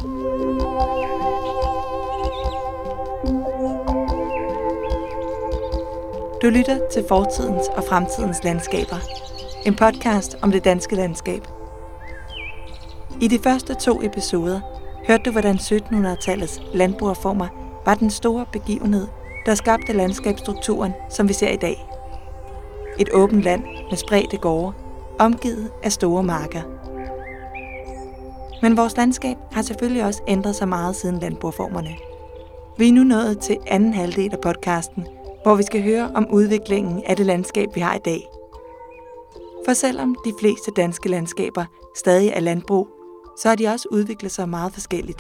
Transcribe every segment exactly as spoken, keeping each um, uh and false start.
Du lytter til Fortidens og Fremtidens Landskaber, en podcast om det danske landskab. I de første to episoder hørte du, hvordan syttenhundredetallets landboreformer var den store begivenhed, der skabte landskabsstrukturen, som vi ser i dag. Et åbent land med spredte gårde, omgivet af store marker. Men vores landskab har selvfølgelig også ændret sig meget siden landboreformerne. Vi er nu nået til anden halvdel af podcasten, hvor vi skal høre om udviklingen af det landskab, vi har i dag. For selvom de fleste danske landskaber stadig er landbrug, så har de også udviklet sig meget forskelligt.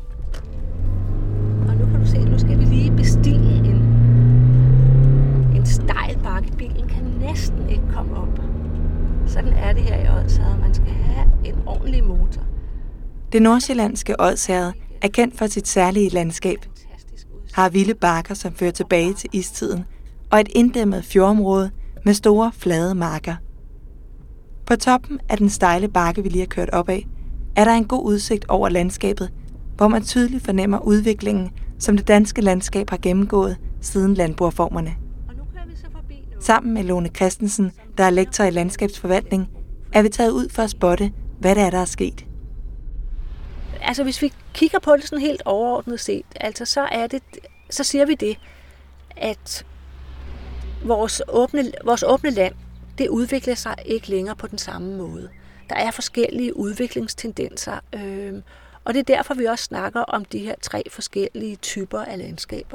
Og nu kan du se, nu skal vi lige bestige en, en stejl bakke. Bilen kan næsten ikke komme op. Sådan er det her i Odsherred. Man skal have en ordentlig motor. Det nordsjællandske Odsherred er kendt for sit særlige landskab. Har vilde bakker, som fører tilbage til istiden, og et inddæmmet fjordområde med store, flade marker. På toppen af den stejle bakke, vi lige har kørt op af, er der en god udsigt over landskabet, hvor man tydeligt fornemmer udviklingen, som det danske landskab har gennemgået siden landboreformerne. Sammen med Lone Christensen, der er lektor i landskabsforvaltning, er vi taget ud for at spotte, hvad det er, der er sket. Altså hvis vi kigger på det sådan helt overordnet set, altså så er det, så siger vi det, at vores åbne, vores åbne land, det udvikler sig ikke længere på den samme måde. Der er forskellige udviklingstendenser, øh, og det er derfor, vi også snakker om de her tre forskellige typer af landskaber.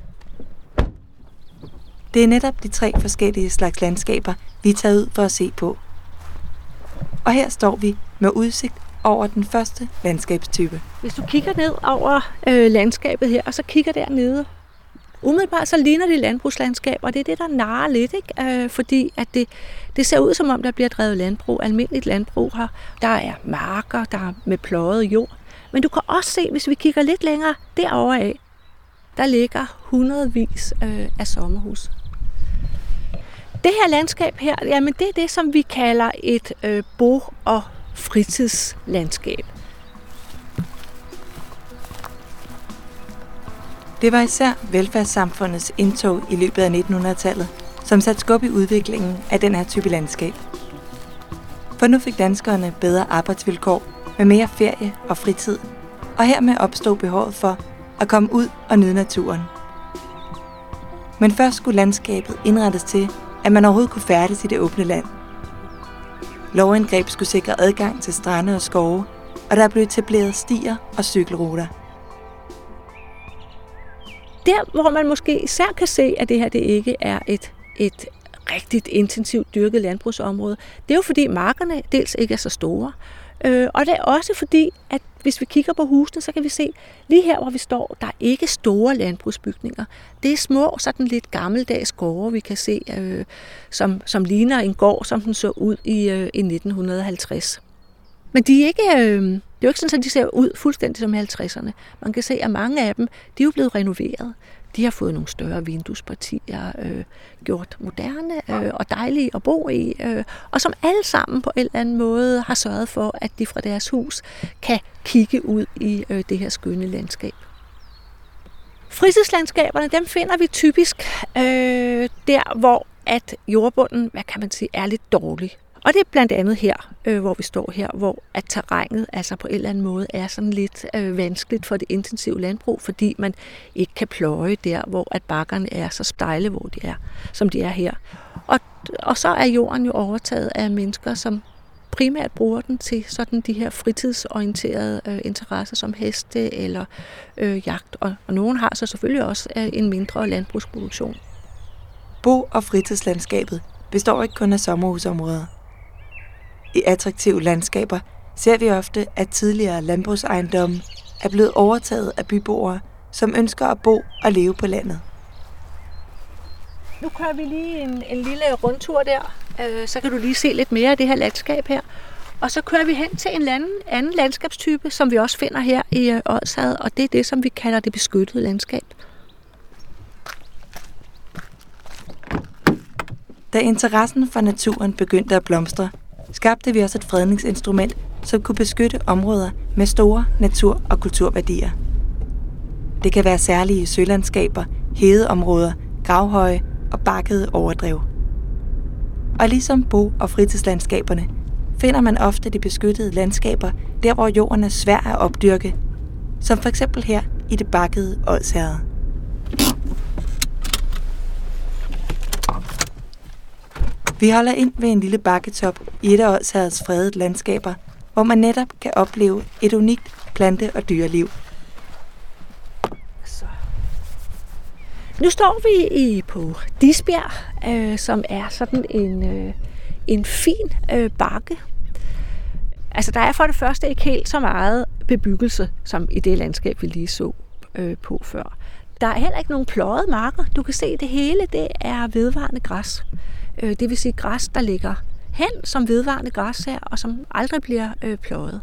Det er netop de tre forskellige slags landskaber, vi er taget ud for at se på. Og her står vi med udsigt over den første landskabstype. Hvis du kigger ned over øh, landskabet her, og så kigger dernede, umiddelbart så ligner det landbrugslandskab, og det er det, der narrer lidt, ikke? Øh, fordi at det, det ser ud, som om der bliver drevet landbrug, almindeligt landbrug her. Der er marker, der er med pløjet jord. Men du kan også se, hvis vi kigger lidt længere derovre af, der ligger hundredvis øh, af sommerhus. Det her landskab her, jamen det er det, som vi kalder et øh, bo- og fritidslandskab. Det var især velfærdssamfundets indtog i løbet af nittenhundredetallet, som satte skub i udviklingen af den her type landskab. For nu fik danskerne bedre arbejdsvilkår med mere ferie og fritid, og hermed opstod behovet for at komme ud og nyde naturen. Men først skulle landskabet indrettes til, at man overhovedet kunne færdes i det åbne land. Lovindgreb skulle sikre adgang til strande og skove, og der blev etableret stier og cykelruter. Der, hvor man måske især kan se, at det her det ikke er et, et rigtigt intensivt dyrket landbrugsområde, det er jo fordi markerne dels ikke er så store, øh, og det er også fordi, at hvis vi kigger på husene, så kan vi se, lige her hvor vi står, der er ikke store landbrugsbygninger. Det er små, sådan lidt gammeldags gårde, vi kan se, øh, som, som ligner en gård, som den så ud i, øh, i nitten halvtreds. Men de er ikke, øh, det er jo ikke sådan, at de ser ud fuldstændig som i halvtredserne. Man kan se, at mange af dem, de er jo blevet renoveret. De har fået nogle større vinduespartier, øh, gjort moderne øh, og dejlige at bo i, øh, og som alle sammen på en eller anden måde har sørget for, at de fra deres hus kan kigge ud i øh, det her skønne landskab. Fritidslandskaberne, dem finder vi typisk øh, der, hvor at jordbunden, hvad kan man sige, er lidt dårlig. Og det er blandt andet her, øh, hvor vi står her, hvor at terrænet altså på en eller anden måde er sådan lidt øh, vanskeligt for det intensive landbrug, fordi man ikke kan pløje der, hvor at bakkerne er så stejle, hvor de er, som de er her. Og, og så er jorden jo overtaget af mennesker, som primært bruger den til sådan de her fritidsorienterede øh, interesser som heste eller øh, jagt. Og, og nogen har så selvfølgelig også øh, en mindre landbrugsproduktion. Bo- og fritidslandskabet består ikke kun af sommerhusområder. I attraktive landskaber ser vi ofte, at tidligere landbrugsejendomme er blevet overtaget af byboere, som ønsker at bo og leve på landet. Nu kører vi lige en, en lille rundtur der, øh, så kan du lige se lidt mere af det her landskab her. Og så kører vi hen til en anden, anden landskabstype, som vi også finder her i øh, Odsherred, og det er det, som vi kalder det beskyttede landskab. Da interessen for naturen begyndte at blomstre, skabte vi også et fredningsinstrument, som kunne beskytte områder med store natur- og kulturværdier. Det kan være særlige sølandskaber, hedeområder, gravhøje og bakkede overdrev. Og ligesom bo- og fritidslandskaberne, finder man ofte de beskyttede landskaber, der hvor jorden er svær at opdyrke, som for eksempel her i det bakkede Odsherred. Vi holder ind ved en lille bakketop i et af Odsherreds fredede landskaber, hvor man netop kan opleve et unikt plante- og dyreliv. Så. Nu står vi i på Disbjerg, øh, som er sådan en, øh, en fin øh, bakke. Altså der er for det første ikke helt så meget bebyggelse, som i det landskab, vi lige så øh, på før. Der er heller ikke nogen pløjede marker. Du kan se, det hele det er vedvarende græs. Øh, det vil sige græs, der ligger hen som vedvarende græs her, og som aldrig bliver øh, pløjet.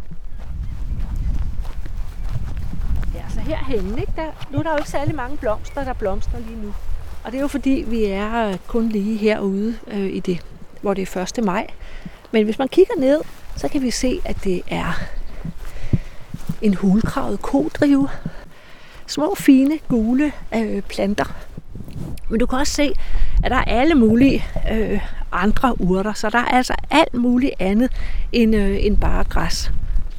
Ja, så herhenne, ikke? Der, nu er der jo ikke særlig mange blomster, der blomstrer lige nu. Og det er jo fordi, vi er kun lige herude øh, i det, hvor det er første maj. Men hvis man kigger ned, så kan vi se, at det er en hulkravet kodrive. Små, fine, gule øh, planter. Men du kan også se, at der er alle mulige øh, andre urter, så der er altså alt muligt andet end, øh, end bare græs.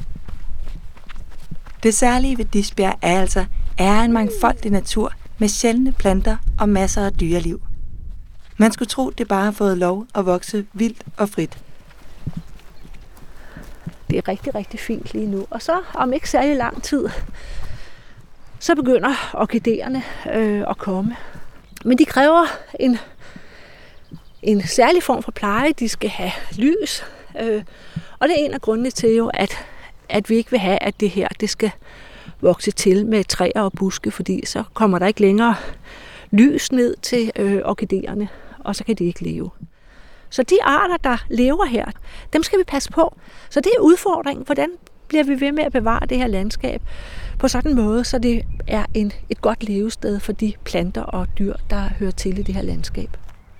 Det særlige ved Disbjerg er altså, er en mangfoldig natur med sjældne planter og masser af dyreliv. Man skulle tro, det bare har fået lov at vokse vildt og frit. Det er rigtig, rigtig fint lige nu. Og så om ikke særlig lang tid, så begynder orkideerne øh, at komme. Men de kræver en, en særlig form for pleje. De skal have lys. Øh, og det er en af grundene til jo, at, at vi ikke vil have, at det her det skal vokse til med træer og buske, fordi så kommer der ikke længere lys ned til øh, orkideerne, og så kan de ikke leve. Så de arter, der lever her, dem skal vi passe på. Så det er udfordringen. Hvordan bliver vi ved med at bevare det her landskab på sådan en måde, så det er en, et godt levested for de planter og dyr, der hører til i det her landskab.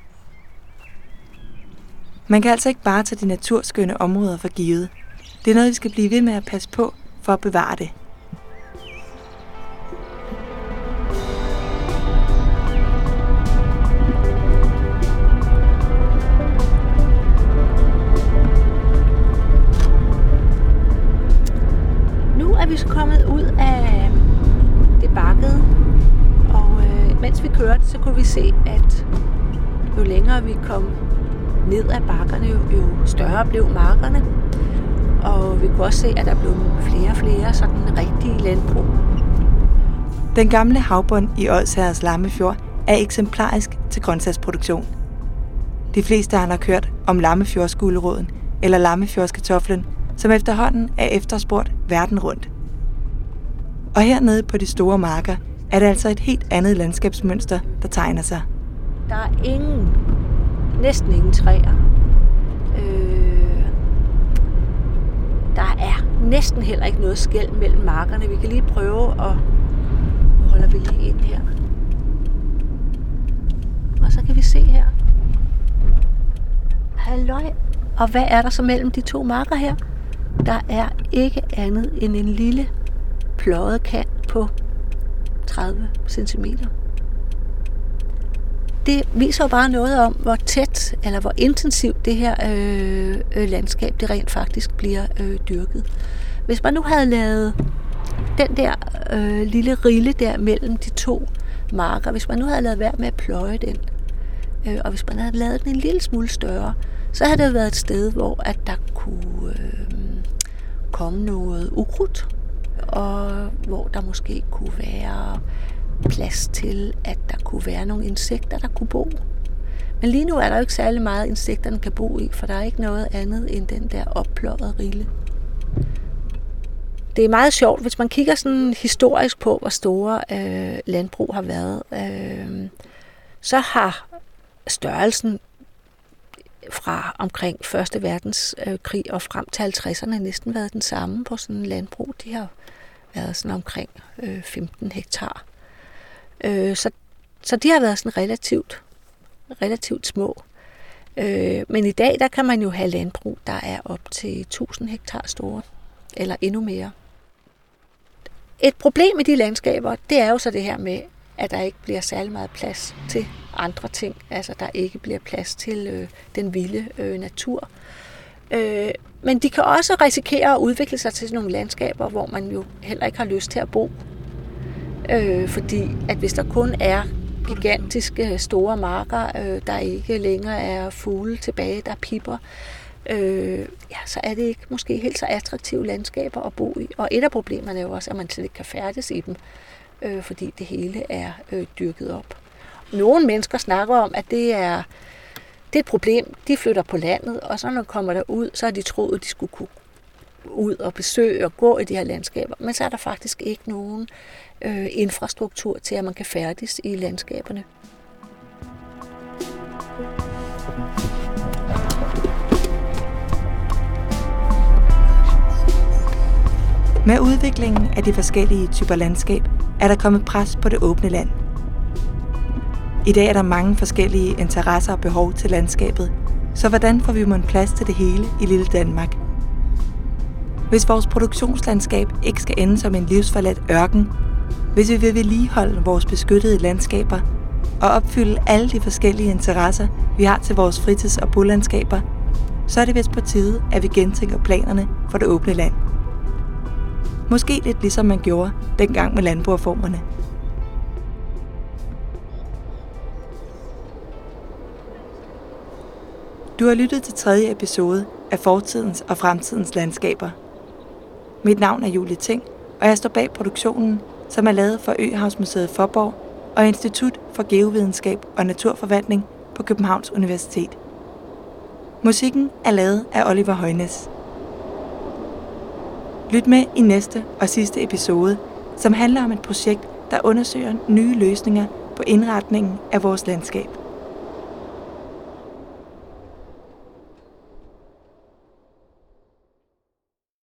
Man kan altså ikke bare tage de naturskønne områder for givet. Det er noget, vi skal blive ved med at passe på for at bevare det. Er vi så kommet ud af det bakkede, og øh, mens vi kørte, så kunne vi se, at jo længere vi kom ned ad bakkerne, jo, jo større blev markerne, og vi kunne også se, at der blev flere og flere sådan rigtige landbrug. Den gamle havbund i Odsherreds Lammefjord er eksemplarisk til grøntsagsproduktion. De fleste har nok hørt om Lammefjordsguleroden eller Lammefjordskartoflen, som efterhånden er efterspurgt verden rundt. Og hernede på de store marker er det altså et helt andet landskabsmønster, der tegner sig. Der er ingen, næsten ingen træer. Øh, der er næsten heller ikke noget skel mellem markerne. Vi kan lige prøve at... Nu holder vi lige ind her. Og så kan vi se her. Halløj. Og hvad er der så mellem de to marker her? Der er ikke andet end en lille pløjet kant på tredive centimeter. Det viser jo bare noget om, hvor tæt eller hvor intensivt det her øh, øh, landskab det rent faktisk bliver øh, dyrket. Hvis man nu havde lavet den der øh, lille rille der mellem de to marker, hvis man nu havde lavet være med at pløje den, øh, og hvis man havde lavet den en lille smule større, så havde det været et sted, hvor at der kunne øh, komme noget ukrudt, og hvor der måske kunne være plads til, at der kunne være nogle insekter, der kunne bo. Men lige nu er der jo ikke særlig meget, insekterne kan bo i, for der er ikke noget andet end den der oppløjede rille. Det er meget sjovt, hvis man kigger sådan historisk på, hvor store øh, landbrug har været, øh, så har størrelsen fra omkring første verdenskrig og frem til halvtredserne næsten været den samme på sådan en landbrug. De har været sådan omkring øh, femten hektar. Øh, så, så de har været sådan relativt, relativt små. Øh, men i dag der kan man jo have landbrug, der er op til tusind hektar store. eller endnu mere. Et problem i de landskaber, det er jo så det her med, at der ikke bliver særlig meget plads til andre ting. Altså, der ikke bliver plads til øh, den vilde øh, natur. Øh, men de kan også risikere at udvikle sig til nogle landskaber, hvor man jo heller ikke har lyst til at bo. Øh, fordi at hvis der kun er gigantiske store marker, øh, der ikke længere er fugle tilbage, der pipper, øh, ja, så er det ikke måske helt så attraktive landskaber at bo i. Og et af problemerne er jo også, at man slet ikke kan færdes i dem, øh, fordi det hele er øh, dyrket op. Nogle mennesker snakker om, at det er, det er et problem. De flytter på landet, og så når de kommer derud, så har de troet, at de skulle kunne ud og besøge og gå i de her landskaber. Men så er der faktisk ikke nogen øh, infrastruktur til, at man kan færdes i landskaberne. Med udviklingen af de forskellige typer landskab er der kommet pres på det åbne land. I dag er der mange forskellige interesser og behov til landskabet, så hvordan får vi mon plads til det hele i lille Danmark? Hvis vores produktionslandskab ikke skal ende som en livsforladt ørken, hvis vi vil vedligeholde vores beskyttede landskaber og opfylde alle de forskellige interesser, vi har til vores fritids- og bolandskaber, så er det vist på tide, at vi gentænker planerne for det åbne land. Måske lidt ligesom man gjorde dengang med landboreformerne. Du har lyttet til tredje episode af Fortidens og Fremtidens Landskaber. Mit navn er Julie Ting, og jeg står bag produktionen, som er lavet for Øhavsmuseet Faaborg og Institut for Geovidenskab og Naturforvaltning på Københavns Universitet. Musikken er lavet af Oliver Højnes. Lyt med i næste og sidste episode, som handler om et projekt, der undersøger nye løsninger på indretningen af vores landskab.